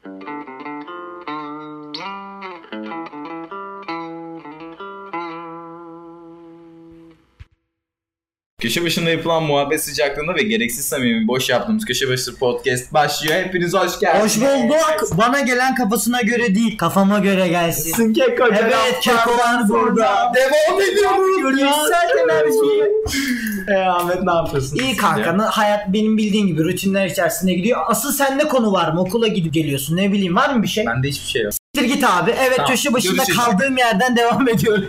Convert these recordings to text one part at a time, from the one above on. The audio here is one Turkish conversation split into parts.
Köşe başında yapılan muhabbet sıcaklığında ve gereksiz samimi boş yaptığımız Köşe başı podcast başlıyor. Hepiniz hoş geldiniz. Hoş bulduk. Bana gelen kafasına göre değil, kafama göre gelsin. Sınke kocaman. Evet, kekolar burada. Devam ediyoruz. Görüyorsun enerjiyi. Ahmet ne yapıyorsun? İyi kanka. Hayat benim bildiğin gibi rutinler içerisinde gidiyor. Asıl sende konu var mı? Okula gidip geliyorsun. Ne bileyim, var mı bir şey? Bende hiçbir şey yok. Siktir git abi. Evet, tamam. Köşe başında görüşürüz. Kaldığım yerden devam ediyorum.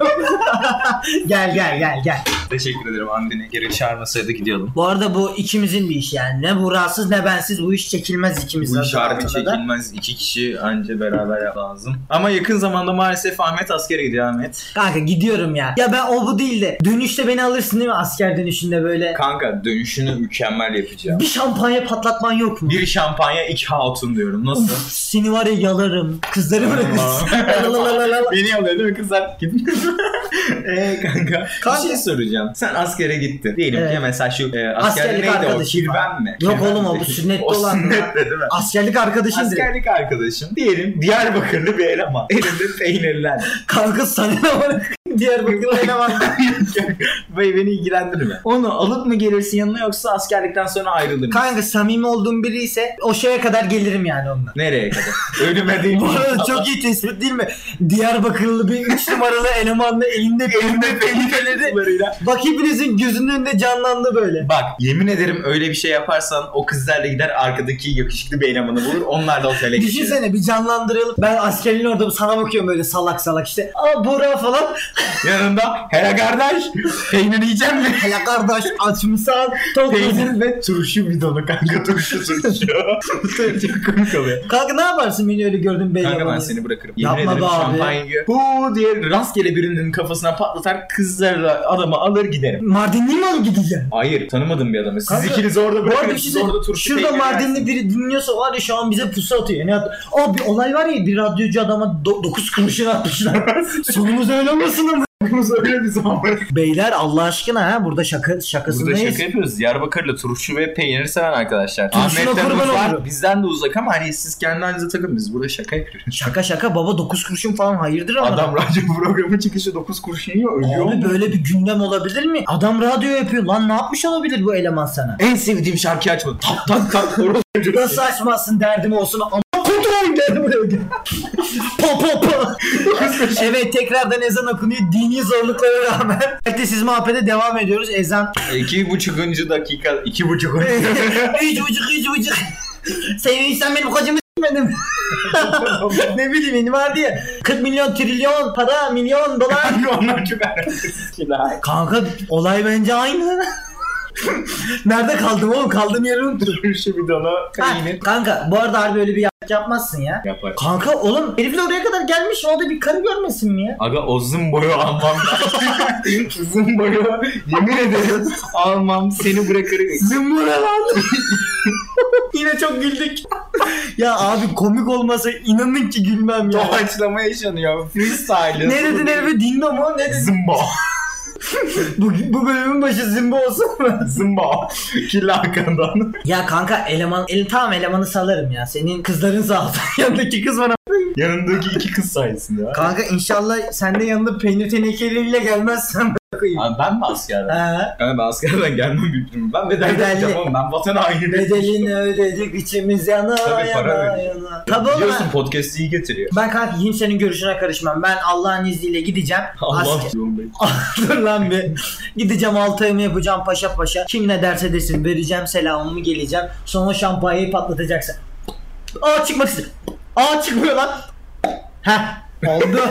Gel. Teşekkür ederim. Anneni geri çağırmasaydı gidiyordum. Bu arada bu ikimizin bir işi yani. Ne Buğra'sız ne bensiz bu iş çekilmez ikimiz. Bu iş harbi çekilmez. İki kişi anca beraber lazım. Ama yakın zamanda maalesef Ahmet askere gidiyor Ahmet. Kanka gidiyorum ya. Ya ben o bu değil de dönüşte beni alırsın değil mi asker dönüşünde böyle? Kanka dönüşünü mükemmel yapacağım. Bir şampanya patlatman yok mu? Bir şampanya 2 hatun diyorum. Nasıl? Uf, seni var ya yalarım. Kızları bırakırsın. Beni yalıyor değil mi kızlar? Kanka bir şey soracağım. Sen askere gittin. Diyelim ki mesela şu askerlik neydi o? Kirven mi? Yok oğlum o bu sünnetli olan. Sünnetli değil mi? Askerlik arkadaşın direkt. Askerlik arkadaşın. Diyelim Diyarbakırlı bir eleman. Elinde peynirler. Kanka sana ne var? Diyarbakırlı eleman. Beni ilgilendirme. Onu alıp mı gelirsin yanına yoksa askerlikten sonra ayrılır mısın? Kanka samimi olduğum biri ise o şeye kadar gelirim yani onunla. Nereye kadar? Ölüme değil mi? Bu arada çok iyi tespit değil mi? Diyarbakırlı bir 3 numaralı elemanla elinde peynirleri. Bak hepinizin gözünün önünde canlandı böyle. Bak yemin ederim öyle bir şey yaparsan o kızlarla gider arkadaki yakışıklı bir elemanı bulur. Onlar da otele geçer. Düşünsene bir canlandıralım. Ben askerliğin orada sana bakıyorum böyle salak salak işte. Aa Buğra falan. Yanında hele kardeş peynir yiyecek mi? Hele kardeş aç mısın? Peynir ve turşu bidonu kanka turşu. Çok komik oluyor. Kanka ne yaparsın beni öyle gördün belli. Kanka ben seni bırakırım. Yapma yemin ederim şampanyayı bu diye rastgele birinin kafasına patlatar kızlarla adamı alır giderim. Mardinli mi alıp gideceksin? Hayır tanımadığım bir adamı. Siz kanka, ikiniz orada bırakın. Siz şey orada turşu şurada Mardinli biri dinliyorsa var ya şu an bize pusu atıyor. Yani bir olay var ya bir radyocu adama 9 kurşun atmışlar. Sonumuz öyle olmasın ama. Öyle bir zaman. Beyler Allah aşkına ha burada şakasındayız. Burada şaka yapıyoruz. Diyarbakır'la turşu ve peyniri seven arkadaşlar. Ahmet'ten uzak, bizden de uzak ama hani siz kendi halinize takın. Biz burada şaka yapıyoruz. Şaka baba 9 kurşun falan hayırdır ama. Adam radyo programı çıkışı 9 kurşun yiyor ölüyor. Abi böyle bir gündem olabilir mi? Adam radyo yapıyor lan ne yapmış olabilir bu eleman sana? En sevdiğim şarkıyı açma. Tak. Nasıl açmazsın derdim olsun ama kontrol derdim öyle. Pa. Evet tekrardan ezan okunuyor dini zorluklara rağmen. Ertesiz muhabbete devam ediyoruz ezan. 2,5. dakika 2,5. 3,5. Sen benim kocamı s**medin. Ne bileyim benim vardı ya 40 milyon trilyon para milyon dolar. Kanka onlar çok alakasız. Kanka olay bence aynı. Nerede kaldım oğlum? Kaldığım yeri unuttum. Turşu bidonu peynir. Kanka bu arada harbi öyle bir yapmazsın ya. Yapar. Kanka oğlum herifle oraya kadar gelmiş orada bir karı görmesin mi ya? Aga o zımboyu almam. Zımboyu yemin ederim almam seni bırakırım. Zımbora lan. Yine çok güldük. Ya abi komik olmasa inanın ki gülmem ya. Doğaçlama yaşanıyor. Freestyle. Ne dedin herife dinle mu? Ne dedin? Zımbo. bu bölümün başı zımbo olsun mu? Zımbo. Kirli Hakan'dan. Ya kanka tamam elemanı salarım ya. Senin kızların sağ olsun. Yanındaki kız bana. Yanındaki 2 kız sayesinde. Kanka inşallah sen de yanında peynir tenekeleriyle gelmezsen. Abi ben mi askerden? Kanka ben askerden gelmem büyük ihtimalle. Ben bedelli ama ben vatan haini. Bedelini ödedik içimiz yana tabii, yana. Tabii biliyorsun podcast iyi getiriyor. Ben kanka kimsenin görüşüne karışmam. Ben Allah'ın izniyle gideceğim. Dur lan bir. Gideceğim 6 ayımı yapacağım paşa paşa. Kim ne derse desin vereceğim selamımı geleceğim. Sonra şampanyayı patlatacaksın. Çıkmak istedim. Çıkmıyor lan. Heh. Oldu.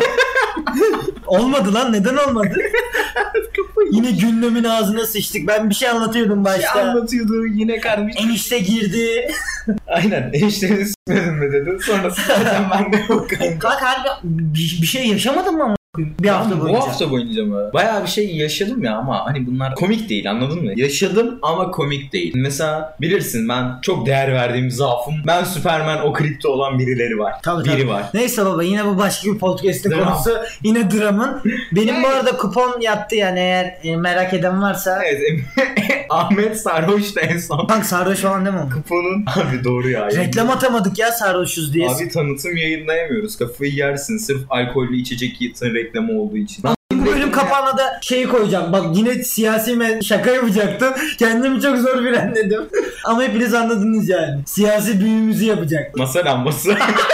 Olmadı lan neden olmadı? Yine günlüğümün ağzına sıçtık. Ben bir şey anlatıyordum başta. Anlatıyordu yine karmış. Enişte girdi. Aynen enişteni s**medin mi dedin. Sonrasında ben de yok kanka. Kanka harbi bir şey yaşamadın mı ama? Bir hafta boyunca. Bu hafta boyunca mı? Bayağı bir şey yaşadım ya ama hani bunlar komik değil, anladın mı? Yaşadım ama komik değil. Mesela bilirsin, ben çok değer verdiğim zaafım. Ben Superman, o kripto olan birileri var. Biri var. Neyse baba, yine bu başka bir podcast'ın konusu. Yine dramın. Benim bu arada kupon yattı yani, eğer merak eden varsa. Evet. Ahmet sarhoş da en son. Bak sarhoş falan deme onu. Kuponun. Abi doğru ya. Reklam atamadık ya sarhoşuz diye. Abi tanıtım yayınlayamıyoruz. Kafayı yersin. Sırf alkollü içecek reklamı olduğu için. Bu bölüm kapağına da şeyi koyacağım. Bak yine siyasi şaka yapacaktım. Kendimi çok zor bilenledim. Ama hepiniz anladınız yani. Siyasi büyümüzü yapacak. Masa lambası.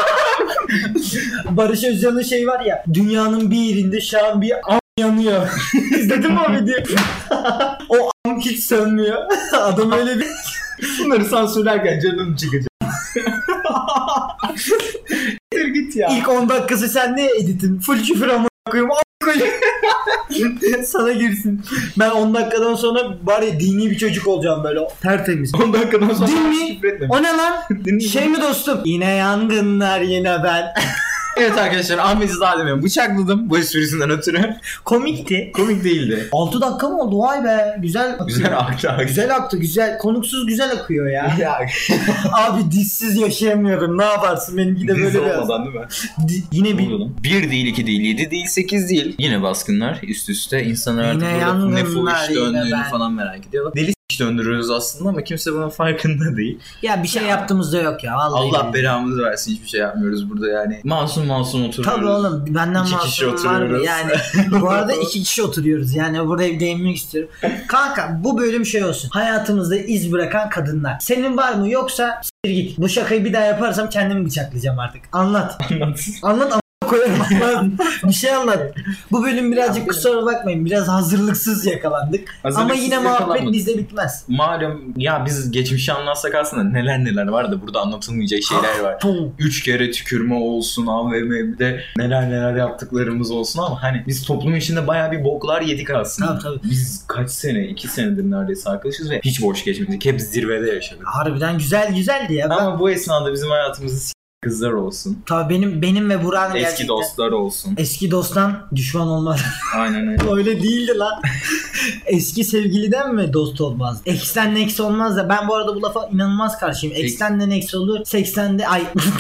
Barış Özcan'ın şey var ya. Dünyanın bir yerinde şu an bir yanıyor. İzledin mi o videoyu? O hiç sönmüyor. Adam öyle bir... Bunları sansürlerken canım çıkacak. Git ya. İlk 10 dakikası sen ne editin? Full küfür ama koyayım. Sana girsin. Ben 10 dakikadan sonra bari dini bir çocuk olacağım böyle. Tertemiz. 10 dakikadan sonra din mi? O ne lan? Şey mi dostum? Yine yangınlar yine ben. Evet arkadaşlar, Ahmet'i daha demiyorum. Bıçakladım bu esprisinden ötürü. Komikti. Komik değildi. 6 dakika mı oldu? Vay be. Güzel akıyor. Güzel aktı. Güzel aktı. Güzel. Konuksuz güzel akıyor ya. Abi dişsiz yaşayamıyorum. Ne yaparsın? Benimki de böyle biraz. Olmadan değil mi? Yine bir... 1 değil, 2 değil, 7 değil, 8 değil. Yine baskınlar üst üste. İnsanlar artık yine burada ne fuhuş yine döndüğünü ben falan merak ediyor. Deli döndürüyoruz aslında ama kimse bunun farkında değil. Ya bir şey yaptığımızda yok ya. Vallahi Allah belamızı versin, hiçbir şey yapmıyoruz burada yani. Masum oturuyoruz. Tabii oğlum, benden masum var mı? Yani bu arada 2 kişi oturuyoruz. Yani buraya değinmek istiyorum. Kanka bu bölüm şey olsun. Hayatımızda iz bırakan kadınlar. Senin var mı? Yoksa git. Bu şakayı bir daha yaparsam kendimi bıçaklayacağım artık. Anlat. Anlat koyarım. Bir şey anlat. Bu bölüm birazcık, kusura bakmayın, biraz hazırlıksız yakalandık. Ama yine muhabbet bizde bitmez. Malum ya, biz geçmişi anlatsak aslında neler var da burada anlatılmayacak şeyler var. 3 kere tükürme olsun, AVM'de neler yaptıklarımız olsun ama hani biz toplum içinde bayağı bir boklar yedik aslında. Tabii. Biz kaç sene, 2 senedir neredeyse arkadaşız ve hiç boş geçmedik. Hep zirvede yaşadık. Harbiden güzeldi ya. Ama bu esnada bizim hayatımızı kızlar olsun. Tabii benim ve Burak'ın eski gerçekten... dostlar olsun. Eski dosttan düşman olmaz. Aynen öyle. Öyle değildi lan. Eski sevgiliden mi dost olmaz? Ex'ten next olmaz da, ben bu arada bu lafa inanılmaz karşıyım. Ex'ten de next olur. Sex'ten de ay.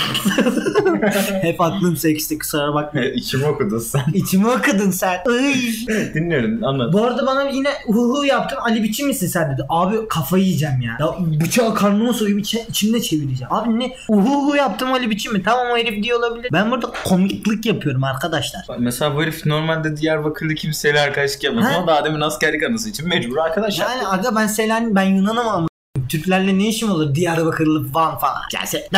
Hep aklım sex'ti, kusura bakma. İçimi okudun sen. İçimi okudun sen. Evet, dinliyorum, anlat. Bu arada bana yine yaptın. Ali biçim misin sen dedi. Abi kafayı yiyeceğim ya. Bıçağı karnıma soyup içimde çevireceğim. Abi ne? Yaptım Ali biçim mi? Tamam, o herif diye olabilir. Ben burada komiklik yapıyorum arkadaşlar. Mesela bu herif normalde Diyarbakırlı kimseyle arkadaşlık yapmaz ama daha demin askerlik anısı için mecbur arkadaşlar. Yani aga ben Yunan'ım ama Türklerle ne işim olur? Diyarbakırlı falan. Gelse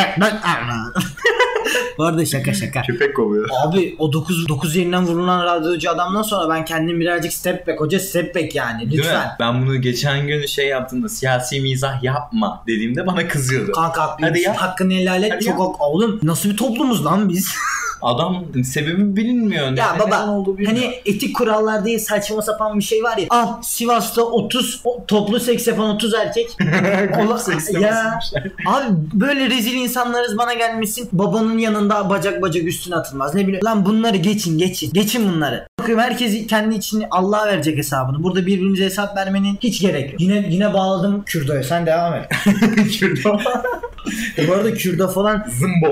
Bu arada şaka. Köpek kovuyor. Abi o 9 yerinden vurulan radyocu adamdan sonra ben kendim birazcık step back yani. Lütfen. Ben bunu geçen gün yaptığımda, siyasi mizah yapma dediğimde bana kızıyordu. Kanka hakkını helal et. Çok oğlum, nasıl bir toplumuz lan biz? Adam sebebi bilinmiyor. Ya baba hani etik kurallar diye saçma sapan bir şey var ya. Al Sivas'ta 30 toplu seks yapan 30 erkek. Ya abi böyle rezil insanlarız, bana gelmesin. Babanın yanında bacak üstüne atılmaz. Ne bileyim lan, bunları geçin bunları. Bakıyorum herkes kendi için Allah'a verecek hesabını. Burada birbirimize hesap vermenin hiç gerek yok. Yine bağladım Kürdo'ya. Sen devam et. Kürdo. Bu arada Kürdo falan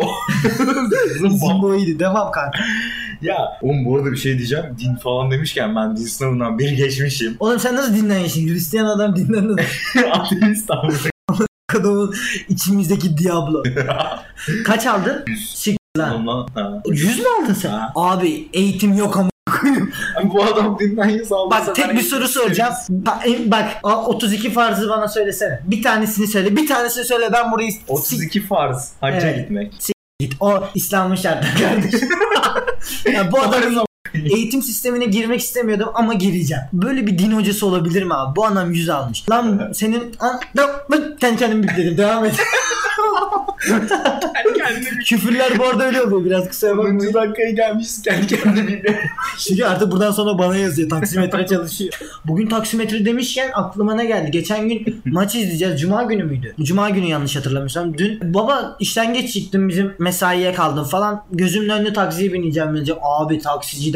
Zımbo iyiydi. Devam kanka. Ya oğlum bu arada bir şey diyeceğim. Din falan demişken ben din sınavından bir geçmişim. Oğlum sen nasıl dinden geçtin? Hristiyan adam dinden nasıl? Ateist abi. Adamın içimizdeki Diablo. Kaç aldın? 100 lan. 100 mü aldın sen? Ha. Abi eğitim yok ama. Bu adam dinden 100 aldı. Bak tek bir soru soracağım. Bak 32 farzı bana söylesene. Bir tanesini söyle ben burayı... 32 farz. Hacca gitmek. Git. O İslam'ın şartları kardeşim. Yani bu adamın eğitim sistemine girmek istemiyordum ama gireceğim. Böyle bir din hocası olabilir mi abi? Bu adam 100 almış. Lan senin... Kendimi bipledim. Devam et. Küfürler bu arada öyle oluyor biraz, kusura bakmayın. 10. dakikaya gelmişiz, kendini bipledim. Çünkü artık buradan sonra bana yazıyor. Taksimetre çalışıyor. Bugün taksimetre demişken aklıma ne geldi? Geçen gün maç izleyeceğiz. Cuma günü müydü? Cuma günü yanlış hatırlamıyorsam. Dün baba işten geç çıktım, bizim mesaiye kaldım falan. Gözümün önünde taksiye bineceğim. Abi taksici de ama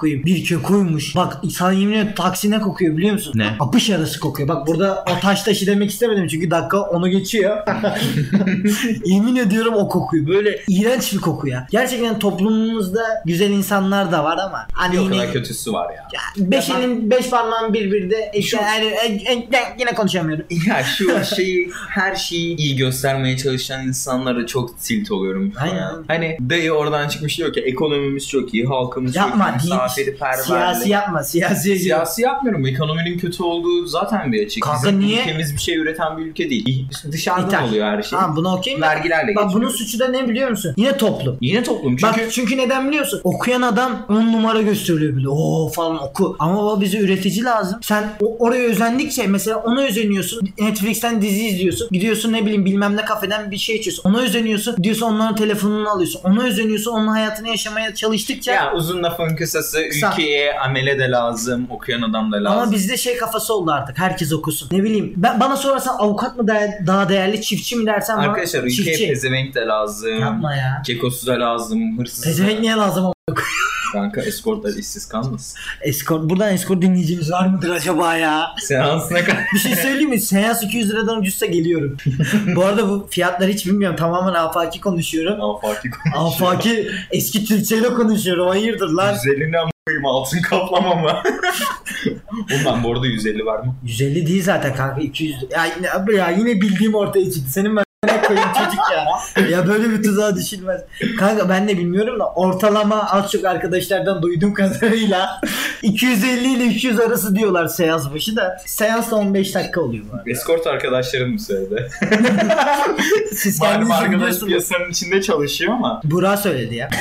koyayım. Bir kekuymuş. Bak sana yemin ediyorum taksi ne kokuyor biliyor musun? Ne? Apış arası kokuyor. Bak burada o taş taşı demek istemedim çünkü dakika onu geçiyor. Yemin ediyorum o kokuyor. Böyle iğrenç bir koku ya. Gerçekten toplumumuzda güzel insanlar da var ama hani o kadar kötüsü var ya. Beş parmağın birbirinde yine konuşamıyorum. Ya şu şeyi her şeyi iyi göstermeye çalışan insanlara çok tilt oluyorum. Aynen. Hani dayı oradan çıkmış diyor ki ekonomimiz çok iyi, halkımız yapma, çok iyi, misafirperverlik. Siyasi yapma. Siyasi yapmıyorum. Ekonominin kötü olduğu zaten bir açık. Kanka Bizim niye? ülkemiz bir şey üreten bir ülke değil. Dışarıdan İthal. oluyor her şey. Tamam bunu okuyayım. Vergilerle Bak geçiyor. bunun suçu da ne biliyor musun? Yine toplum. Yine toplum çünkü. Bak çünkü neden biliyorsun? Okuyan adam 10 numara gösteriyor bile. Oo falan oku. Ama baba bize üretici lazım. Sen oraya özendikçe mesela ona özeniyorsun. Netflix'ten dizi izliyorsun. Gidiyorsun ne bileyim bilmem ne kafeden bir şey içiyorsun. Ona özeniyorsun. Gidiyorsun onların telefonunu alıyorsun. Ona özeniyorsun. Onun hayatını yaşamaya çalıştıkça. Ya uzun lafın kısası ülkeye amele de lazım. Okuyan adam da lazım. Ama bizde şey kafası oldu artık. Herkes okusun. Ne bileyim. Bana sorarsan avukat mı daha değerli, çiftçi mi dersen bana arkadaşlar ülkeye çiftçi. pezevenk de lazım. Yapma ya. Kekosu da lazım. Hırsız. Pezevenk niye lazım? Kanka eskortlar işsiz kalmasın. Buradan eskort dinleyicimiz var mıdır acaba ya? Seansına kadar. Bir şey söyleyeyim mi? Seans 200 liradan ucuzsa geliyorum. Bu arada bu fiyatları hiç bilmiyorum. Tamamen afaki konuşuyorum. Afaki eski Türkçeyle konuşuyorum. Hayırdır lan? 150'den koyayım altın kaplama mı? Ondan bu arada 150 var mı? 150 değil zaten kanka 200. Ya yine bildiğim ortaya çıktı. Senin ben koyayım çocuk ya. Ya böyle bir tuzağa düşülmez. Kanka ben de bilmiyorum da ortalama az çok arkadaşlardan duyduğum kadarıyla 250 ile 300 arası diyorlar seans başı da. Seans da 15 dakika oluyor bu arada. Escort arkadaşlarım mı söyledi? Siz Malum kendiniz arkadaş biliyorsunuz. piyasanın içinde çalışıyor ama. Burak söyledi ya.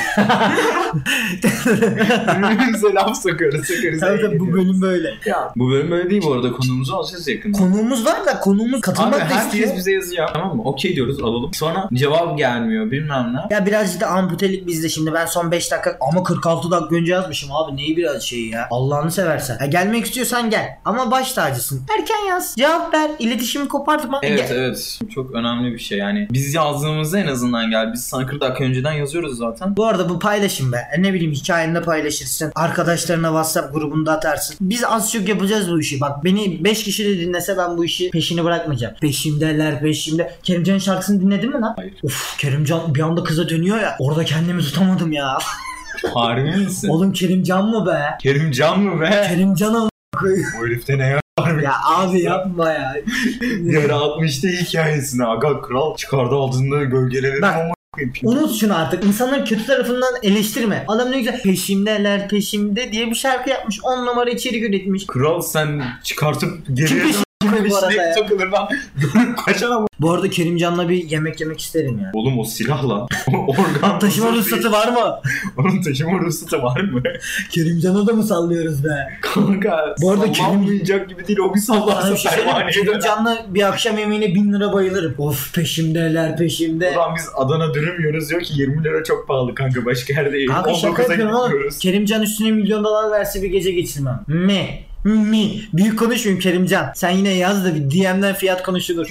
Birbirimize laf sokuyoruz. Tabii bu bölüm böyle. Ya, bu bölüm böyle değil bu arada. Konumuzu alacağız yakında. Konuğumuz var da konuğumuz katılmak da istiyor. Herkes bize yazıyor. Tamam mı? Okey diyoruz alalım. Sonra cevap gelmiyor bilmem ne. Ya birazcık da amputelik bizde şimdi. Ben son 5 dakika ama 46 dakika önce yazmışım abi. Neyi biraz şey ya. Allah'ını seversen. Ya gelmek istiyorsan gel. Ama baş tacısın. Erken yaz. Cevap ver. İletişimi kopartma. Evet Gel. evet. Çok önemli bir şey yani. Biz yazdığımızda en azından gel. Biz sana 40 dakika önceden yazıyoruz zaten. Bu arada bu paylaşım be. Ne bileyim hikayende paylaşırsın. Arkadaşlarına WhatsApp grubunda atarsın. Biz az çok yapacağız bu işi. Bak beni 5 kişi de dinlese ben bu işi peşini bırakmayacağım. Peşimdeler peşimde. Kerimcan'ın şarkısını dinledin mi lan? Hayır. Uf Kerimcan bir anda kıza dönüyor ya. Orada kendimi tutamadım ya. Harbi misin? Oğlum Kerimcan mı be? Kerimcan mı be? Kerimcan'a Bu herifte ne var be? ya abi yapma ya. Yara atmıştı hikayesine. Aga kral çıkardı altında gölgelerini Bak, ama unut şunu artık. İnsanların kötü tarafından eleştirme. Adam ne güzel peşimdeler peşimde diye bir şarkı yapmış. 10 numara içerik üretmiş. Kral sen çıkartıp geriye Kim bu arada ya? takılır lan. Görüp kaçana. Bu arada Kerimcan'la bir yemek isterim ya. Oğlum o silah lan. Organ Taşıma ruhsatı var mı? Onun taşıma ruhsatı var mı? Kerimcan'a da mı sallıyoruz be? Kanka Bu arada sallanmayacak gibi değil o bir Sana sallarsa bir şey söyleyeyim mi? pervaneye döner. Kerimcan'la bir akşam yemeğine 1000 lira bayılırım. Of peşimdeler peşimde. Ulan biz Adana dürüm yiyoruz diyor ki 20 lira çok pahalı kanka başka yerde değil. Kanka şaka 19'a yapıyorum oğlum. gidiyoruz. Kerimcan üstüne $1.000.000 verse bir gece geçirmem. Mi. Büyük konuşmayayım Kerimcan. Sen yine yaz da bir DM'den fiyat konuşulur.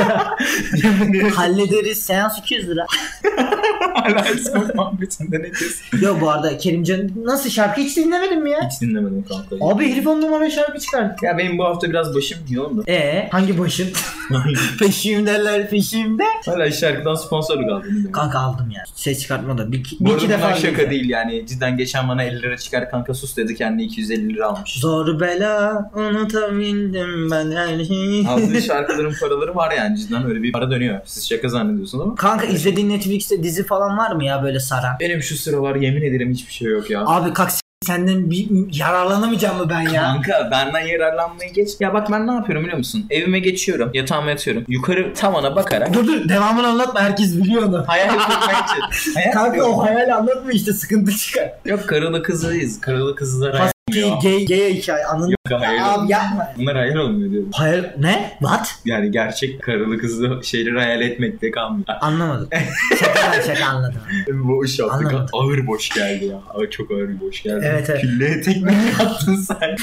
Hallederiz. Seans 200 lira. Hala escort muhabbetinde ne diyorsun? Yo bu arada Kerimcan nasıl şarkı hiç dinlemedin mi ya? Hiç dinlemedim kanka. Abi herif 10 numara şarkı çıkarttı. Ya benim bu hafta biraz başım yoğun da. Hangi başın? Peşimdeler peşimde. Hala şarkıdan sponsorluk aldım. Kanka aldım ya. Ses çıkartma da. Bir Bu iki arada defa şaka dinledim. değil yani. Cidden geçen bana 50 lira çıkar kanka sus dedi kendine 250 lira almış. Zor bela unutabildim ben her şeyi. Aldığı şarkıların paraları var yani cidden öyle bir para dönüyor. Siz şaka zannediyorsunuz ama. Kanka izlediğin Netflix'te dizi falan var mı ya böyle saran? Benim şu sıralar yemin ederim hiçbir şey yok ya. Abi kalk senden bir yararlanamayacağım mı ben ya? Kanka benden yararlanmayı geç. Ya bak ben ne yapıyorum biliyor musun? Evime geçiyorum. Yatağıma yatıyorum. Yukarı tavana bakarak. Dur devamını anlatma herkes biliyor onu. Hayal etmek için. Hayal Kanka ediyorum. o hayal anlatma işte sıkıntı çıkar. Yok karılı kızıyız. Karılı kızlar hayal olmuyor. Gay hikaye anladın mı? Yok hayal Abi olmuyor. yapma. Bunlar hayal olmuyor diyorum. Hayal ne? What? Yani gerçek karılı kızlı şeyleri hayal etmekte kalmıyor. Anlamadım. Şaka anladım. Boş yaptık. Anlamadım. Ağır boş geldi ya. Çok ağır bir boş geldi. Evet. Külleye tekme attın sen.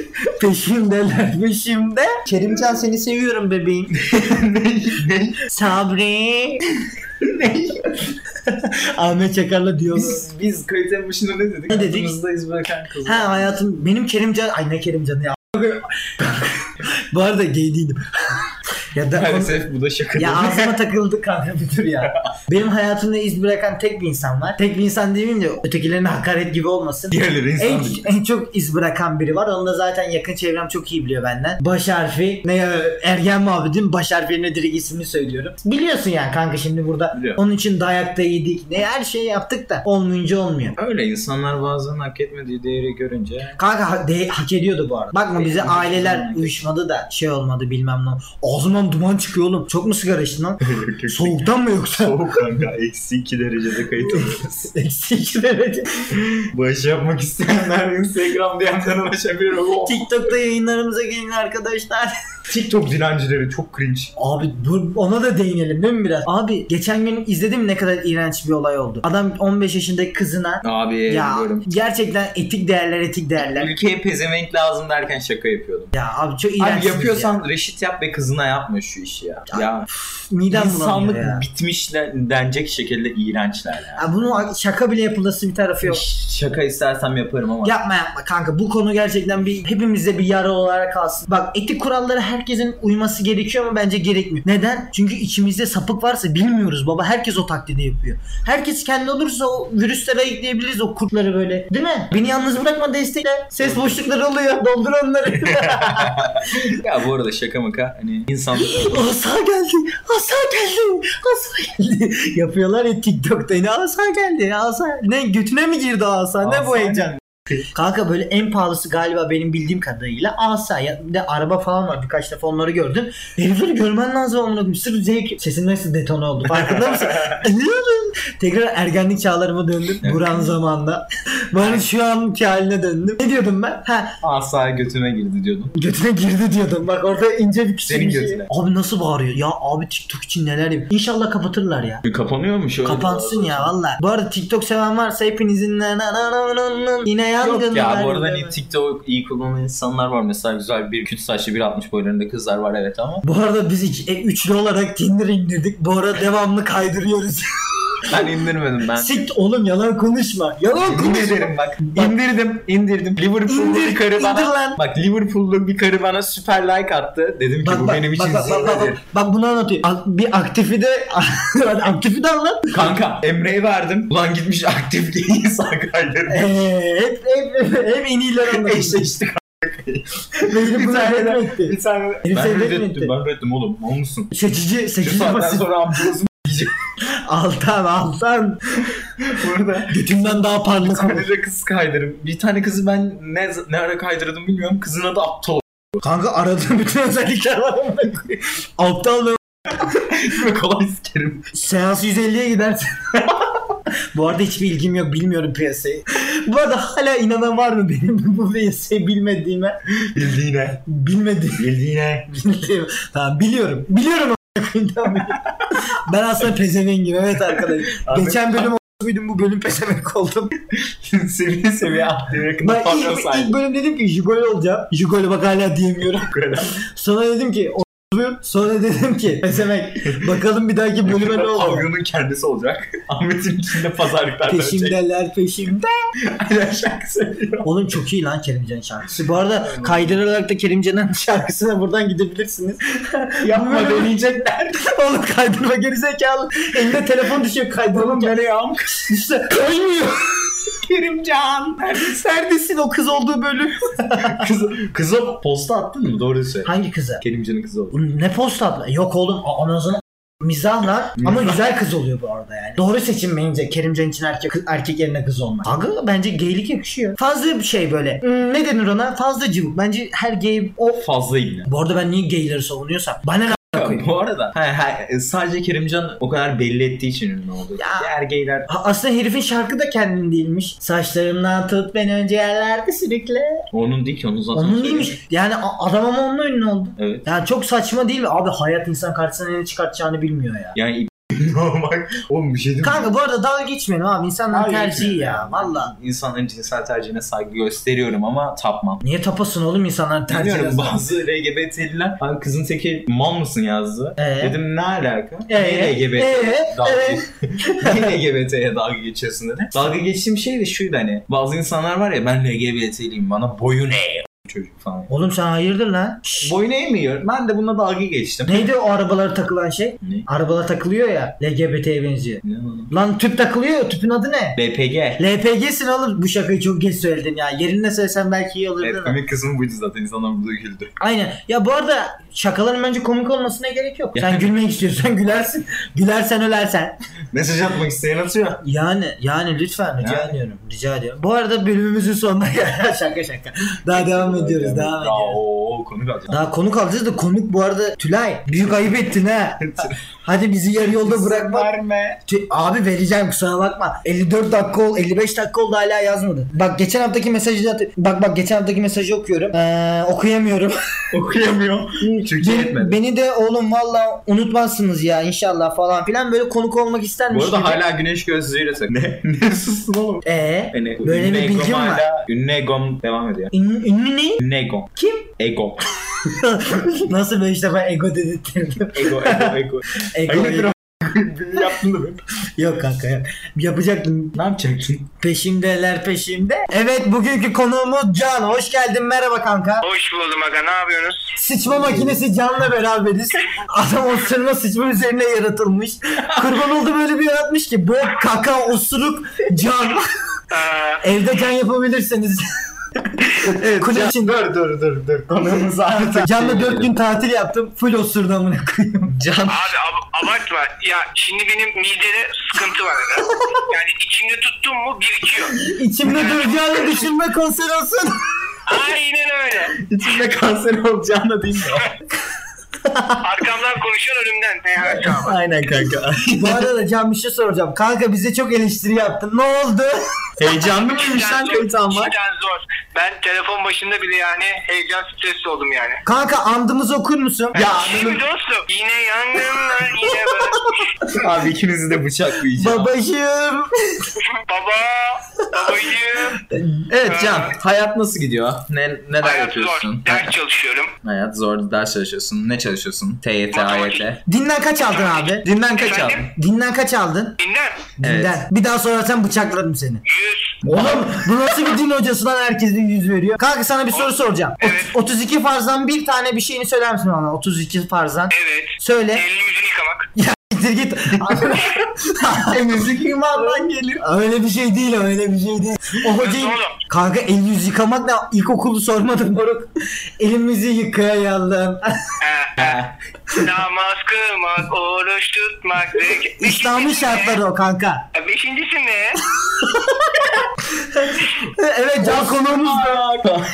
Peşimde. Kerimcan seni seviyorum bebeğim. ne? Sabri. Ne? Ahmet Çakar'la diyorlar. Biz kayıt başında ne dedik? Ne dedik? Hayatımızdayız bırakan kız. Ha hayatım benim Kerimcan. Ay ne Kerimcan'ı ya. Bu arada gay değilim. Ya da maalesef bu da şaka. ya ağzıma takıldı kanka bir dur ya. Benim hayatımda iz bırakan tek bir insan var. Tek bir insan demeyeyim de ötekilerine hakaret gibi olmasın. Diğerleri insan değil. En çok iz bırakan biri var. Onu da zaten yakın çevrem çok iyi biliyor benden. Baş harfi ne ya, Ergen muhabbetin baş harflerine direkt ismini söylüyorum. Biliyorsun yani kanka şimdi burada. Biliyorum. Onun için dayak da yedik. Ne her şeyi yaptık da olmayınca olmuyor. Öyle insanlar bazen hak etmediği değeri görünce. Kanka hak ediyordu bu arada. Bakma bize aileler uyuşmadı da şey olmadı bilmem ne. Ağzımdan duman çıkıyor oğlum. Çok mu sigara içtin lan? Soğuktan mı yoksa? Soğuk kanka. -2 derecede kayıt alıyoruz. -2 derece. Bağış yapmak isteyenler Instagram DM'den ulaşabilir. TikTok'ta yayınlarımıza gelin arkadaşlar. TikTok dilencileri çok cringe. Abi ona da değinelim değil mi biraz? Abi geçen gün izledim ne kadar iğrenç bir olay oldu. Adam 15 yaşındaki kızına Abi ya biliyorum. gerçekten etik değerler. Ülkeye pezevenk lazım derken şaka yapıyordum. Ya abi çok iğrenç. Abi yapıyorsan reşit yap ve kızına yapma şu işi ya. Ya midem bulanıyor insanlık ya. bitmişler denecek şekilde iğrençler ya. Ya bunun şaka bile yapılası bir tarafı yok. Şaka istersem yaparım ama. Yapma kanka bu konu gerçekten hepimizde bir yara olarak kalsın. Bak etik kurallara herkesin uyması gerekiyor ama bence gerekmiyor. Neden? Çünkü içimizde sapık varsa bilmiyoruz baba. Herkes o taklidi yapıyor. Herkes kendi olursa o virüsleri ayıklayabiliriz o kurtları böyle. Değil mi? Beni yalnız bırakma destekle. Ses boşlukları oluyor. Doldur onları. Ya bu arada şaka maka hani insanlık. Asa geldi. Asa geldi. Asa geldi. Yapıyorlar ya TikTok'ta yine asa geldi. Asa. Ne götüne mi girdi asa? Ne bu heyecan? Kanka böyle en pahalısı galiba benim bildiğim kadarıyla asa ya bir de araba falan var birkaç defa onları gördüm. Herifleri görmen lazım amına koyayım. Sırf zevk. Sesin nasıl detone oldu farkında mısın? Tekrar ergenlik çağlarıma döndüm. Buran zamanında. Ben şu anki haline döndüm. Ne diyordum ben? Asa götüme girdi diyordum. Götüne girdi diyordum. Bak orada ince bir küçük Senin bir şey. götüne. Abi nasıl bağırıyor? Ya abi TikTok için neler yapıyor? İnşallah kapatırlar ya. Kapanıyor mu şöyle? Kapansın ya valla. Bu arada TikTok seven varsa hepinizin yine yangınlar. Yok ya bu arada hani TikTok iyi kullanan insanlar var. Mesela güzel bir küt saçlı 1.60 boylarında kızlar var evet ama. Bu arada biz üçlü olarak Tinder indirdik. Bu arada devamlı kaydırıyoruz. Ben indirmedim ben. Sikt oğlum yalan konuşma. Yalan konuşma. İndirdim bak. İndirdim. Liverpool'lu bir karı bana. Bak Liverpool'lu bir karı bana süper like attı. Dedim ki bu benim için zirvedir. Bak bunu anlatıyor. Bir aktifi de aktifi de anlat. Kanka Emre'ye verdim. Ulan gitmiş aktif değil sağ kaydırmış. Hep en iyiler anlatıyor. Eşleştik. Bir tane ben reddim oğlum. Olmuşsun. Seçici Şu saatten sonra amcasın diyecek. Altan. Burada götümden daha parlak. Bir tane de kız kaydırım. Bir tane kızı ben ne ara kaydırdım bilmiyorum. Kızın adı Aptal. Kanka aradığım bütün özellikler var. Aptal ve kolay sikerim. Seans 150'ye gidersin. Bu arada hiçbir ilgim yok. Bilmiyorum piyasayı. Bu arada hala inanan var mı benim bu piyasayı bilmediğime? Bildiğine. Bildiğine. Tamam biliyorum. Biliyorum. Ben aslında pezevengim. Evet arkadaşlar. Geçen bölüm bu bölüm pezevenk oldum. seviye atlıyor yakında. Ben ilk bölüm dedim ki Jigolo olacağım. Jigolo bak hala diyemiyorum. Sonra dedim ki sonra dedim ki pezevenk. Bakalım bir dahaki bölüme ne olacak? Pavyonun kendisi olacak. Ahmet'in içinde pazarlıklar peşimdeler peşimde. Aynen şarkı söylüyor. Oğlum çok iyi lan Kerimcan şarkısı. Bu arada kaydırarak da Kerimcan'ın şarkısına buradan gidebilirsiniz. Yapma deneyecekler. Oğlum kaydırma gerizekalı. Elinde telefon düşüyor kaydırma. Oğlum nereye İşte kaymıyor. Kerimcan. Neredesin o kız olduğu bölüm? Kıza posta attın mı? Doğru söyle. Hangi kıza? Kerimcan'ın kızı oldu. Ne posta attı? Yok oğlum anasını mizahlar ama güzel kız oluyor bu arada yani. Doğru seçim bence Kerimcan için erkek yerine kız olmak. Aga bence gaylik yakışıyor. Fazla bir şey böyle. Ne denir ona? Fazla cıvık. Bence her gay o fazla ilgi. Bu arada ben niye gayleri savunuyorsam bana ne bu arada sadece Kerimcan o kadar belli ettiği için ünlü oldu. Diğer gayler... Aslında herifin şarkı da kendin değilmiş. Saçlarımdan tut beni önce yerlerde sürükle. Onun değil ki onu zaten onun değilmiş. Yani adam ama onunla ünlü oldu. Evet. Yani çok saçma değil mi? Abi hayat insan karşısına ne çıkartacağını bilmiyor ya. Yani Bak oğlum bir şey diyeyim. Kanka bu arada dalga geçmeyelim abi. İnsanların tercihi ya. Valla. İnsanların cinsel tercihine saygı gösteriyorum ama tapmam. Niye tapasın oğlum insanların tercihine? Bilmiyorum, bazı LGBT'liler hani kızın teki mal mısın yazdı. Dedim ne alaka? Ne LGBT'ye dalga geçiyorsun dedi. Dalga geçtiğim şey de şuydu, hani bazı insanlar var ya, ben LGBT'liyim, bana boyun eğ çocuk falan. Oğlum sen hayırdır lan? Boyun eğmiyor. Ben de bununla dalga geçtim. Neydi o arabalara takılan şey? Ne? Arabalar takılıyor ya. LGBT'ye benziyor. Ne oğlum? Lan tüp takılıyor ya. Tüpün adı ne? LPG. LPG'sin oğlum. Bu şakayı çok geç söyledin ya. Yerine söylesen belki iyi olurdu. Komik kısmı buydu zaten. İnsanlar burada güldü. Aynen. Ya bu arada şakaların bence komik olmasına gerek yok. Sen gülmek istiyorsan gülersin. Gülersen ölersen. Mesaj atmak isteyen atıyor. Yani lütfen rica ediyorum. Rica ediyorum. Bu arada bölümümüzün sonuna geldik. Şaka. Daha devam ediyoruz. Konuk alacağız. Daha konuk alacağız da konuk bu arada Tülay. Büyük ayıp ettin ha. Hadi bizi yarı yolda bırakma. Verme. Abi vereceğim, kusura bakma. 54 dakika oldu, 55 dakika oldu hala yazmadı. Bak geçen haftaki mesajı geçen haftaki mesajı okuyorum. Okuyamıyorum. Okuyamıyor. Türkçe yetmedi. Beni de oğlum valla unutmazsınız ya inşallah falan filan, böyle konuk olmak istermiş. Bu arada gibi. hala güneş gözlüğüyle sak. Ne sustun oğlum? Yani böyle bir bilgim var. Ünlü Egom devam ediyor. Ünlü ne? Ünlü Egom. Kim? Egom. Nasıl 5 defa ego dedirttirdim? Ego. Hayırdır yaptın da ben. Yok kanka ya. Yapacaktım. Ne yapacaktın? Peşimdeler peşimde. Evet, bugünkü konuğumuz Can. Hoş geldin, merhaba kanka. Hoş buldum aga, ne yapıyorsunuz? Sıçma makinesi Can'la beraberiz. Adam osurma sıçma üzerine yaratılmış. Kurban oldu böyle bir yaratmış ki bok, kaka, osuruk, Can. Evde Can yapabilirseniz. Evet, dur. Konuğumuz artık. Can'la 4 gün tatil yaptım. Full osurdu amına koyayım. Can. Abi abartma. Ya şimdi benim midede sıkıntı var aga. Yani içimde tuttum mu birikiyor. İçimde duracağını düşünme, konser olsun. Aynen öyle. İçinde kanser olacağını değil mi? Arkamdan konuşan önümden. Aynen kanka. Bu arada Can bir şey soracağım. Kanka bize çok eleştiri yaptın. Ne oldu? Heyecanlı mıymış lan kayıt almak? Cidden zor. Ben telefon başında bile yani heyecan stresli oldum yani. Kanka andımızı okur musun? Ya şimdi dostum. Yine yangınlar yine ben. Abi ikinizi de bıçaklayacağım. Babacığım. Babayım. Evet Can, hayat nasıl gidiyor? Neler Hayat yapıyorsun? zor. Ders çalışıyorum. Hayat zor, ders çalışıyorsun. Ne çalışıyorsun? TYT, AYT. Dinden kaç aldın abi? Dinden kaç Efendim? aldın? Dinden kaç aldın? Dinlen. Dinden. Evet. Bir daha sorarsan bıçaklarım seni. 100. Oğlum bu nasıl bir din hocası lan, herkese 100 veriyor. Kanka sana bir soru soracağım. Evet. 32 farzdan bir tane bir şeyini söyler misin bana? 32 farzdan. Evet. Söyle. Elini yüzünü yıkamak. Gittir git. Temizlik imandan geliyor. Öyle bir şey değil, öyle bir şey değil. O hocayı... oğlum? Kanka el yüz yıkamak da ilkokulu sormadım moruk. Elimizi yıkayalım. Namaz kılmak, oruç tutmak. İslami şartları o kanka. Beşincisi ne? Evet, Can konuğumuz da.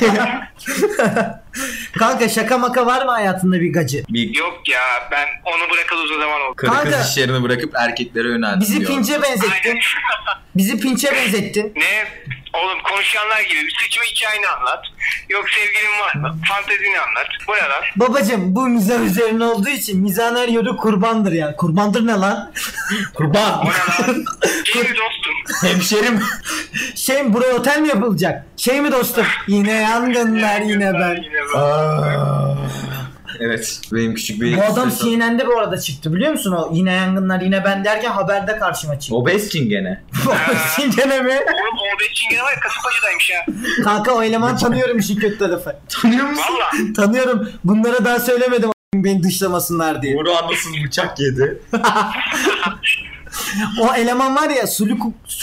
Kanka şaka maka var mı hayatında bir gacı? Yok ya, ben onu bırakalı uzun zaman oldu. Karı Kanka, kız işlerini bırakıp erkeklere yöneldim Bizi diyor. pinçe benzettin. Aynen. Bizi pinçe benzettin. Ne? Oğlum konuşanlar gibi bir sıçma hikayeni anlat. Yok sevgilin var mı? Fantezini anlat. Bu ne lan? Babacım bu mizah üzerine olduğu için mizahın her yolu kurbandır ya. Kurbandır ne lan? Kurban. O ne lan? Şey mi dostum? Hemşerim. Şey mi, buraya otel mi yapılacak? Şey mi dostum? Yine yangınlar yine ben. Yine ben. Evet. Benim küçük bir... Bu adam CNN'de bu arada çıktı biliyor musun o? Yine yangınlar yine ben derken haberde karşıma çıktı. O Beskin gene. CNN mi? Oğlum o Beçingene var ya, Kasımpaşa'daymış ya. Kanka o eleman tanıyorum, işin kötü tarafı. Tanıyor musun? Valla. Tanıyorum. Bunlara daha söylemedim beni dışlamasınlar diye. Uğur anlasız bıçak yedi. O eleman var ya suluk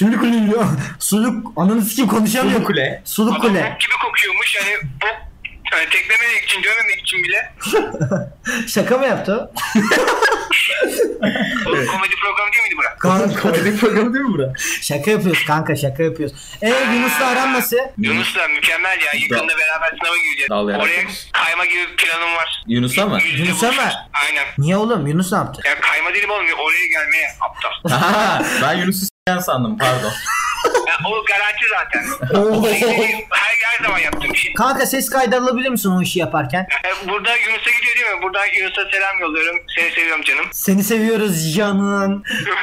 ananı sikim konuşamıyor. Suluk kule. Suluk Adam kule. bok gibi kokuyormuş yani bok. Yani teklememek için, dövmemek için bile. Şaka mı yaptı o? Oğlum komedi programı değil miydi bura? Kanka, Komedi programı değil mi bura? şaka yapıyoruz kanka, şaka yapıyoruz. Yunus'la aran nasıl? Yunus'la mükemmel ya. Yakında beraber sınava gireceğiz. Dal yarak Oraya olsun. kayma gibi bir planım var. Yunus'a mı? Yunus'a mı? Aynen. Niye oğlum? Yunus ne yaptı? Ya kayma değilim oğlum. Oraya gelmeye aptal. Aha, ben Yunus'u s***en sandım, pardon. Ya o garanti zaten. Oo. Her her zaman yaptığım bir şey. Kanka ses kaydı alabilir misin o işi yaparken? Burada Yunus'a gidiyor değil mi? Buradan Yunus'a selam yolluyorum. Seni seviyorum canım. Seni seviyoruz canım.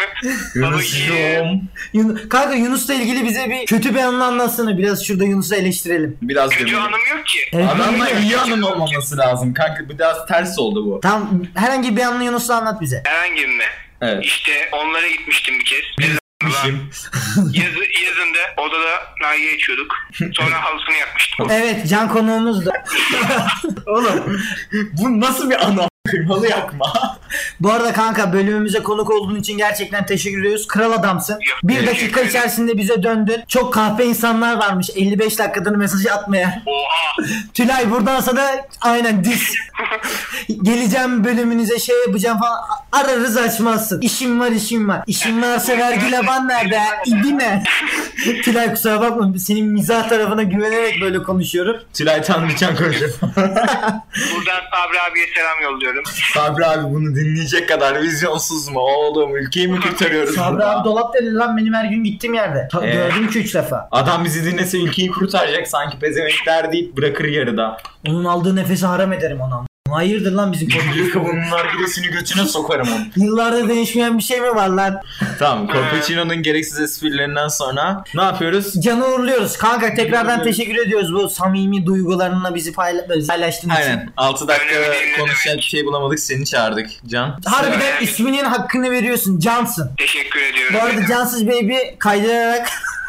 Yunus'cum. Kanka Yunus'la ilgili bize bir kötü bir anını anlatsana. Biraz şurada Yunus'u eleştirelim. Biraz Kötü demeyelim. anım yok ki. Evet. Adamla iyi anın olmaması lazım kanka. Biraz ters oldu bu. Tamam, herhangi bir anını Yunus'la anlat bize. Herhangi mi? Evet. İşte onlara gitmiştim bir kez. Gitmişim. Yazında odada nargile içiyorduk. Sonra halısını yakmıştım. Evet, can konuğumuzdu. Oğlum bu nasıl bir anı? Kıymalı yakma. Bu arada kanka bölümümüze konuk olduğun için gerçekten teşekkür ediyoruz. Kral adamsın. Bir dakika içerisinde bize döndün. Çok kahpe insanlar varmış 55 dakikadır mesaj atmaya. Oha. Tülay buradan sana aynen diz. Geleceğim bölümünüze şey yapacağım falan. Ararız açmazsın. İşim var işim var. İşim varsa vergi laban nerede? İdi ne? Tülay kusura bakma senin mizah tarafına güvenerek böyle konuşuyorum. Tülay Tanrıçan konuşuyor. Buradan Sabri abiye selam yolluyorum. Sabri abi bunu dinleyecek kadar vizyonsuz mu oğlum? Ülkeyi mi kurtarıyoruz? Sabri burada? abi dolap dedi lan benim her gün gittiğim yerde. Gördüm ki 3 defa. Adam bizi dinlese ülkeyi kurtaracak sanki pezevenkler deyip bırakır yarıda. Onun aldığı nefesi haram ederim ona. Hayırdır lan bizim Büyük bunun nargilesini götüne sokarım onu. Yıllarda değişmeyen bir şey mi var lan? Tamam, Corpacino'nun gereksiz esprilerinden sonra ne yapıyoruz? Canı uğurluyoruz. Kanka tekrardan teşekkür ediyoruz bu samimi duygularınla bizi paylaştığın için. Aynen. 6 dakika Öyle. konuşacak bir şey bulamadık, seni çağırdık Can. Harbiden isminin hakkını veriyorsun. Cansın. Teşekkür ediyorum. Bu arada Cansız Baby kaydırarak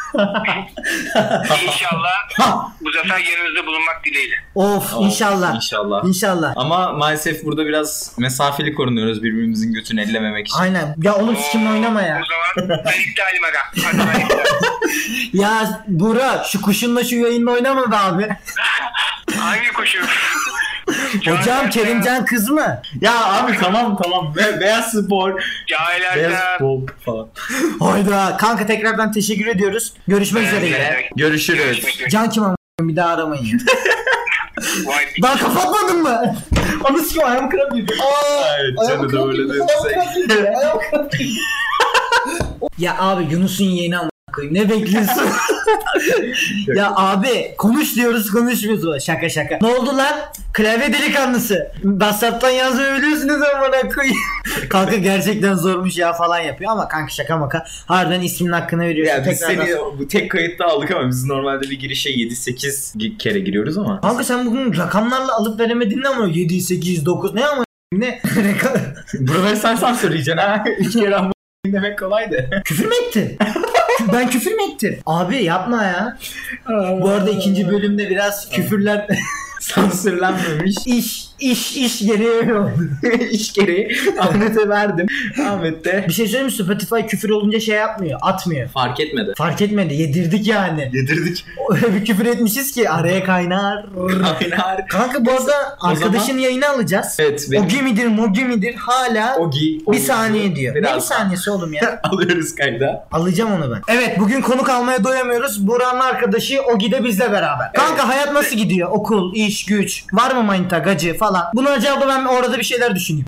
İnşallah bu sefer yanınızda bulunmak dileğiyle. of inşallah. İnşallah. İnşallah. Ama maalesef burada biraz mesafeli korunuyoruz birbirimizin götünü ellememek için. Aynen. Ya oğlum sikimle oynama ya. O zaman ben iptalim aga. Hadi ben iptal. Ya Buğra şu kuşunla şu yayınla oynama be abi. Hangi kuşu? Hocam Kerimcan kız mı? Ya abi tamam. Beyaz spor. Cahilerden. Beyaz spor falan. Hayda. Kanka tekrardan teşekkür ediyoruz. Görüşmek üzere yine. Görüşürüz. Can kim ama bir daha aramayın ya. Vay Daha kapatmadın mı? Anı sikim ayağımı kıramıyor. Evet, canı da öyle demişsek. Ya abi Yunus'un yeğeni ama koyayım. Ne bekliyorsun? Ya abi konuş diyoruz konuşmuyoruz. Şaka. Ne oldu lan? Klavye delikanlısı. WhatsApp'tan yazmayı biliyorsunuz ama bana koyayım. Kanka gerçekten zormuş ya falan yapıyor ama kanka şaka maka. Harbiden ismin hakkını veriyorsun. Ya biz seni bu tek kayıtta aldık ama biz normalde bir girişe 7-8 kere giriyoruz ama. Kanka sen bugün rakamlarla alıp veremedin ama 7, 8, 9 ne ama ne? Buraları sen söyleyeceksin ha. 3 kere ama demek kolaydı. Küfür mü ettin? Ben küfür mü ettim? Abi yapma ya. Bu arada ikinci bölümde biraz küfürler sansürlenmemiş. İş gereği oldu. İş gereği Ahmet'e verdim. Ahmet de Bir şey söyleyeyim mi? Spotify küfür olunca şey yapmıyor. Atmıyor. fark etmedi. Fark etmedi. Yedirdik yani. Yedirdik. Öyle bir küfür etmişiz ki araya kaynar. Kaynar. Kanka bu arada arkadaşın zaman- yayını alacağız. Evet. Ogi midir mogi midir hala Ogi. bir saniye diyor. Ne bir Biraz saniyesi oğlum ya? alıyoruz kayda. Alacağım onu ben. Evet bugün konuk almaya doyamıyoruz. Buranın arkadaşı Ogi de bizle beraber. Kanka hayat nasıl gidiyor? Okul, iş, güç. Var mı manita, gacı falan? Bunu acaba ben orada bir şeyler düşüneyim.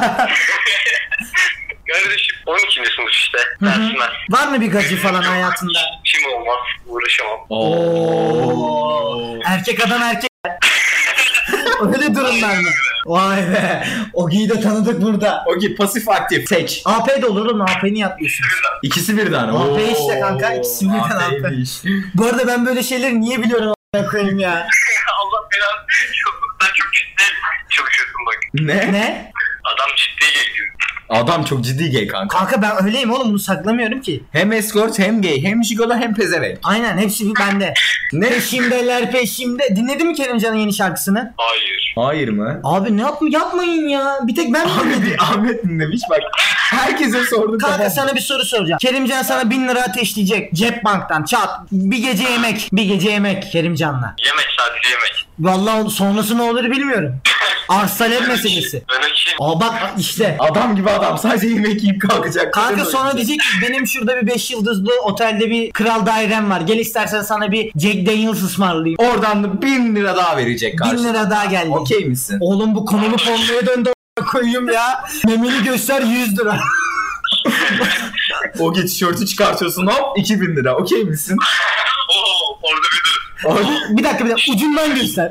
Kardeşim 12. sınıf işte. Dersler. Var mı bir gacı falan hayatında? Kim olmaz. Uğraşamam. Oo. Erkek adam erkek. Öyle durumlar mı? Vay be. Ogi'yi de tanıdık burada. Ogi pasif aktif. Seç. AP de olur oğlum. AP'ni yapıyorsun. İkisi birden. AP işte kanka, ikisi birden AP. AP'ymiş. Bu arada ben böyle şeyleri niye biliyorum a**ına koyayım ya? Allah belanı. Sen çok ciddi çalışıyorsun bak. Ne? Adam ciddi geliyor. Adam çok ciddi gay kanka. Kanka ben öyleyim oğlum bunu saklamıyorum ki. Hem escort hem gay hem jigolo hem pezevenk. Aynen hepsi bir bende. Ne? Peşimdeler peşimde. Dinledin mi Kerimcan'ın yeni şarkısını? Hayır. Hayır mı? Abi ne yapmayın ya. Bir tek ben mi dinledim? Ahmet dinlemiş bak. Herkese sordum. Kanka sana bir soru soracağım. Kerimcan sana 1000 lira ateşleyecek. Cep banktan çat. Bir gece yemek. Bir gece yemek Kerimcan'la. Yemek sadece yemek. Vallahi sonrası ne olur bilmiyorum. Arz talep meselesi. Ben açayım. Aa bak işte. Adam gibi adam sadece yemek yiyip kalkacak. Kanka sonra diyecek ki benim şurada bir 5 yıldızlı otelde bir kral dairem var. Gel istersen sana bir Jack Daniels ısmarlayayım. Oradan da 1000 lira daha verecek 1000 karşı. lira daha geldi. Okey misin? Oğlum bu konulu pornoya döndü a**ına koyayım ya. Memeli göster 100 lira. O tişörtü çıkartıyorsun hop 2000 lira. Okey misin? Oo, orada bir dur. Bir dakika ucundan göster.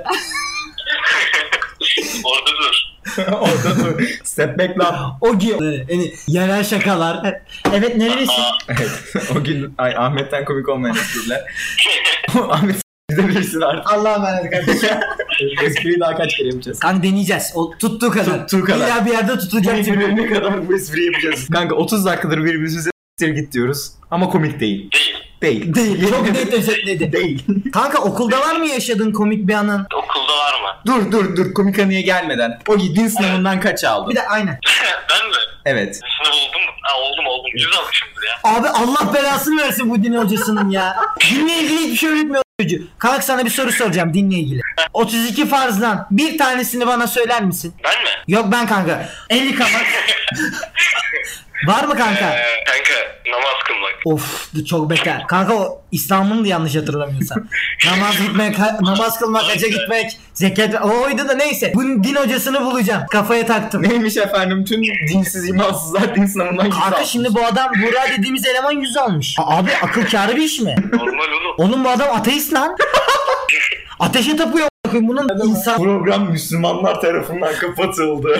Orada dur. Orada dur. Step back lan. Ogi. Yani yerel şakalar. Evet nerelisin? Evet. O gün Ahmet'ten komik olmayan espriler. Ahmet gidebilirsin artık. Allah'a emanet kardeşim. Espriyi daha kaç kere yapacağız? Kanka deneyeceğiz. O tuttuğu kadar. Tuttuğu kadar. İlla bir yerde tutacak. Ne kadar bu espriyi yapacağız? Kanka 30 dakikadır birbirimize git diyoruz. Ama komik değil. Değil. Değil. Çok net özetledi. Değil. Kanka okulda var mı yaşadığın komik bir anın? Okulda var mı? Dur komik anıya gelmeden. O din sınavından kaç aldın? Bir de aynen. Ben mi? Evet. Sınav oldum mu? Ha oldum. 100 almışımdır ya. Abi Allah belasını versin bu din hocasının ya. Dinle ilgili hiçbir şey öğretmiyor çocuğu. Kanka sana bir soru soracağım dinle ilgili. 32 farzdan bir tanesini bana söyler misin? Ben mi? Yok ben kanka. 50 kamak. Var mı kanka? Kanka namaz kılmak. Of bu çok beter. Kanka o İslam'ın da yanlış hatırlamıyorsam. Namaz kılmak, hacca gitmek, zekat oydu da neyse. Bu din hocasını bulacağım. Kafaya taktım. Neymiş efendim? Tüm dinsiz imansızlar din sınavından 100 Kanka almış. şimdi bu adam Buğra dediğimiz eleman 100 almış. Abi akıl kârı bir iş mi? Normal oğlum. Oğlum bu adam ateist lan. Ateşe tapıyor. Bunun insan... Program Müslümanlar tarafından kapatıldı.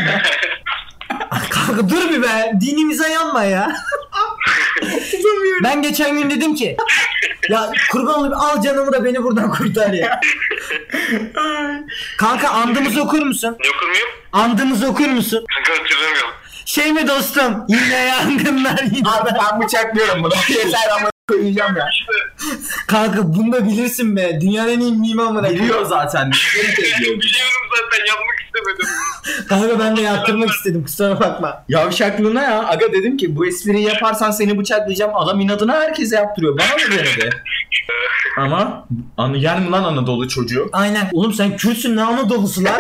Kanka dur bir be. Dinimize yanma ya. Ben geçen gün dedim ki ya kurban olayım al canımı da beni buradan kurtar ya. Kanka andımızı okur musun? Ne okur muyum? Andımızı okur musun? Kanka hatırlamıyorum. Şey mi dostum? Yine yangınlar yine. Abi ben bıçaklıyorum bunu. Yeter ama koyacağım ya. Kanka bunu da bilirsin be. Dünyanın en iyi mimamına. Biliyor zaten. Biliyorum zaten yapmak istemedim. Kanka ben de yaptırmak istedim kusura bakma. Yavşaklığına ya. Aga dedim ki bu espriyi yaparsan seni bıçaklayacağım. Adam inadına herkese yaptırıyor. Bana mı denedi? Ama yer mi lan Anadolu çocuğu? Aynen. Oğlum sen Kürtsün ne Anadolu'su lan?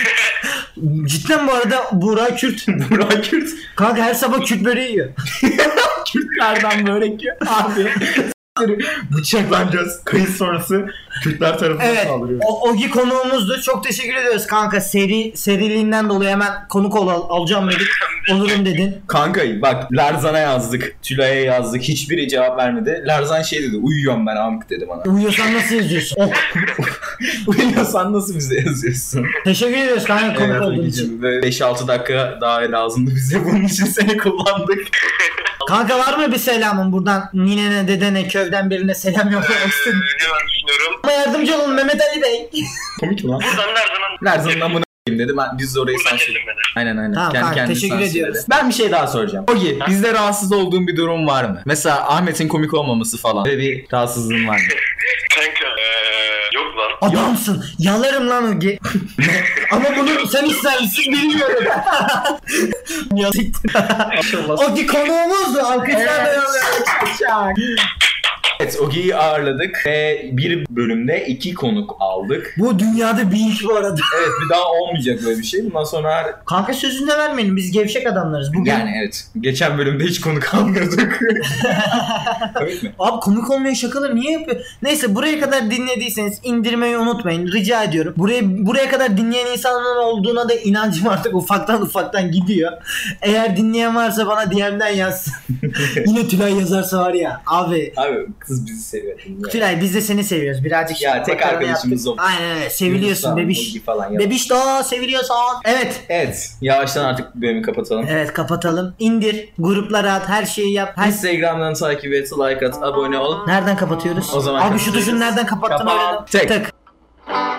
Cidden bu arada Buğra Kürt. Burak Kürt. Kanka her sabah Kürt böreği yiyor. Kürtlerden börek yiyor. Abi. Bıçaklanacağız. Kayıt sonrası Kürtler tarafından Evet. saldırıyor. Ogi konuğumuzdu. Çok teşekkür ediyoruz kanka. Seriliğinden dolayı hemen konuk alacağım dedik. Olurum dedin. Kanka bak Larzan'a yazdık. Tülay'a yazdık. Hiçbiri cevap vermedi. Larzan şey dedi. Uyuyorum ben amk dedi bana. Uyuyorsan nasıl yazıyorsun? Oh. Uyuyorsan nasıl bize yazıyorsun? Teşekkür ediyoruz kanka konuk Evet, olduğun Ogi'cim. için. Ve 5-6 dakika daha lazımdı bize. Bunun için seni kullandık. Kanka var mı bir selamın buradan ninene dedene köyden birine selam yollamak istedim. Hemen düşünüyorum. Ama yardımcı olun Mehmet Ali Bey. Komik mi lan? Buradan Lerzan'ın... Lerzan'ın amına koyayım dedi. Biz de orayı Buradan sansür. kesin beni. Aynen. Tamam, Kendi kanka, kendine teşekkür sansür ediyoruz. dedi. Ben bir şey daha soracağım. Ogi bizde rahatsız olduğun bir durum var mı? Mesela Ahmet'in komik olmaması falan. Böyle bir rahatsızlığın var mı? Kanka yok lan. Adamsın. Yalarım lan Ogi. Ama bunu sen istersin bilmiyorum. Ya siktir. Ogi konuğumuzdu. Alkışlarla yolluyoruz. Evet, Ogi'yi ağırladık ve bir bölümde 2 konuk aldık. Bu dünyada bir ilk bu arada. Evet, bir daha olmayacak böyle bir şey. Bundan sonra Kanka sözünde vermeyin. Biz gevşek adamlarız. Bugün... yani evet. Geçen bölümde hiç konuk almıyorduk. Evet mi? Abi komik olmayan şakaları niye yapıyor? Neyse buraya kadar dinlediyseniz indirmeyi unutmayın. Rica ediyorum. Buraya kadar dinleyen insanların olduğuna da inancım artık ufaktan gidiyor. Eğer dinleyen varsa bana DM'den yazsın. Yine Tülay yazarsa var ya. Abi kız bizi seviyor. Tülay biz de seni seviyoruz. Birazcık Ya tek makarna arkadaşımız yaptık. o. Aynen öyle. Seviliyorsun bebiş. Ogi falan yap. Bebiş daha seviliyorsan. Evet. Evet. Yavaştan artık bölümü kapatalım. Evet kapatalım. İndir. Gruplara at. Her şeyi yap. Instagram'dan takip et, like at, abone ol. Nereden kapatıyoruz? O zaman Abi şu tuşun nereden kapattığını Kapat. öğrenelim. Tek. Tık.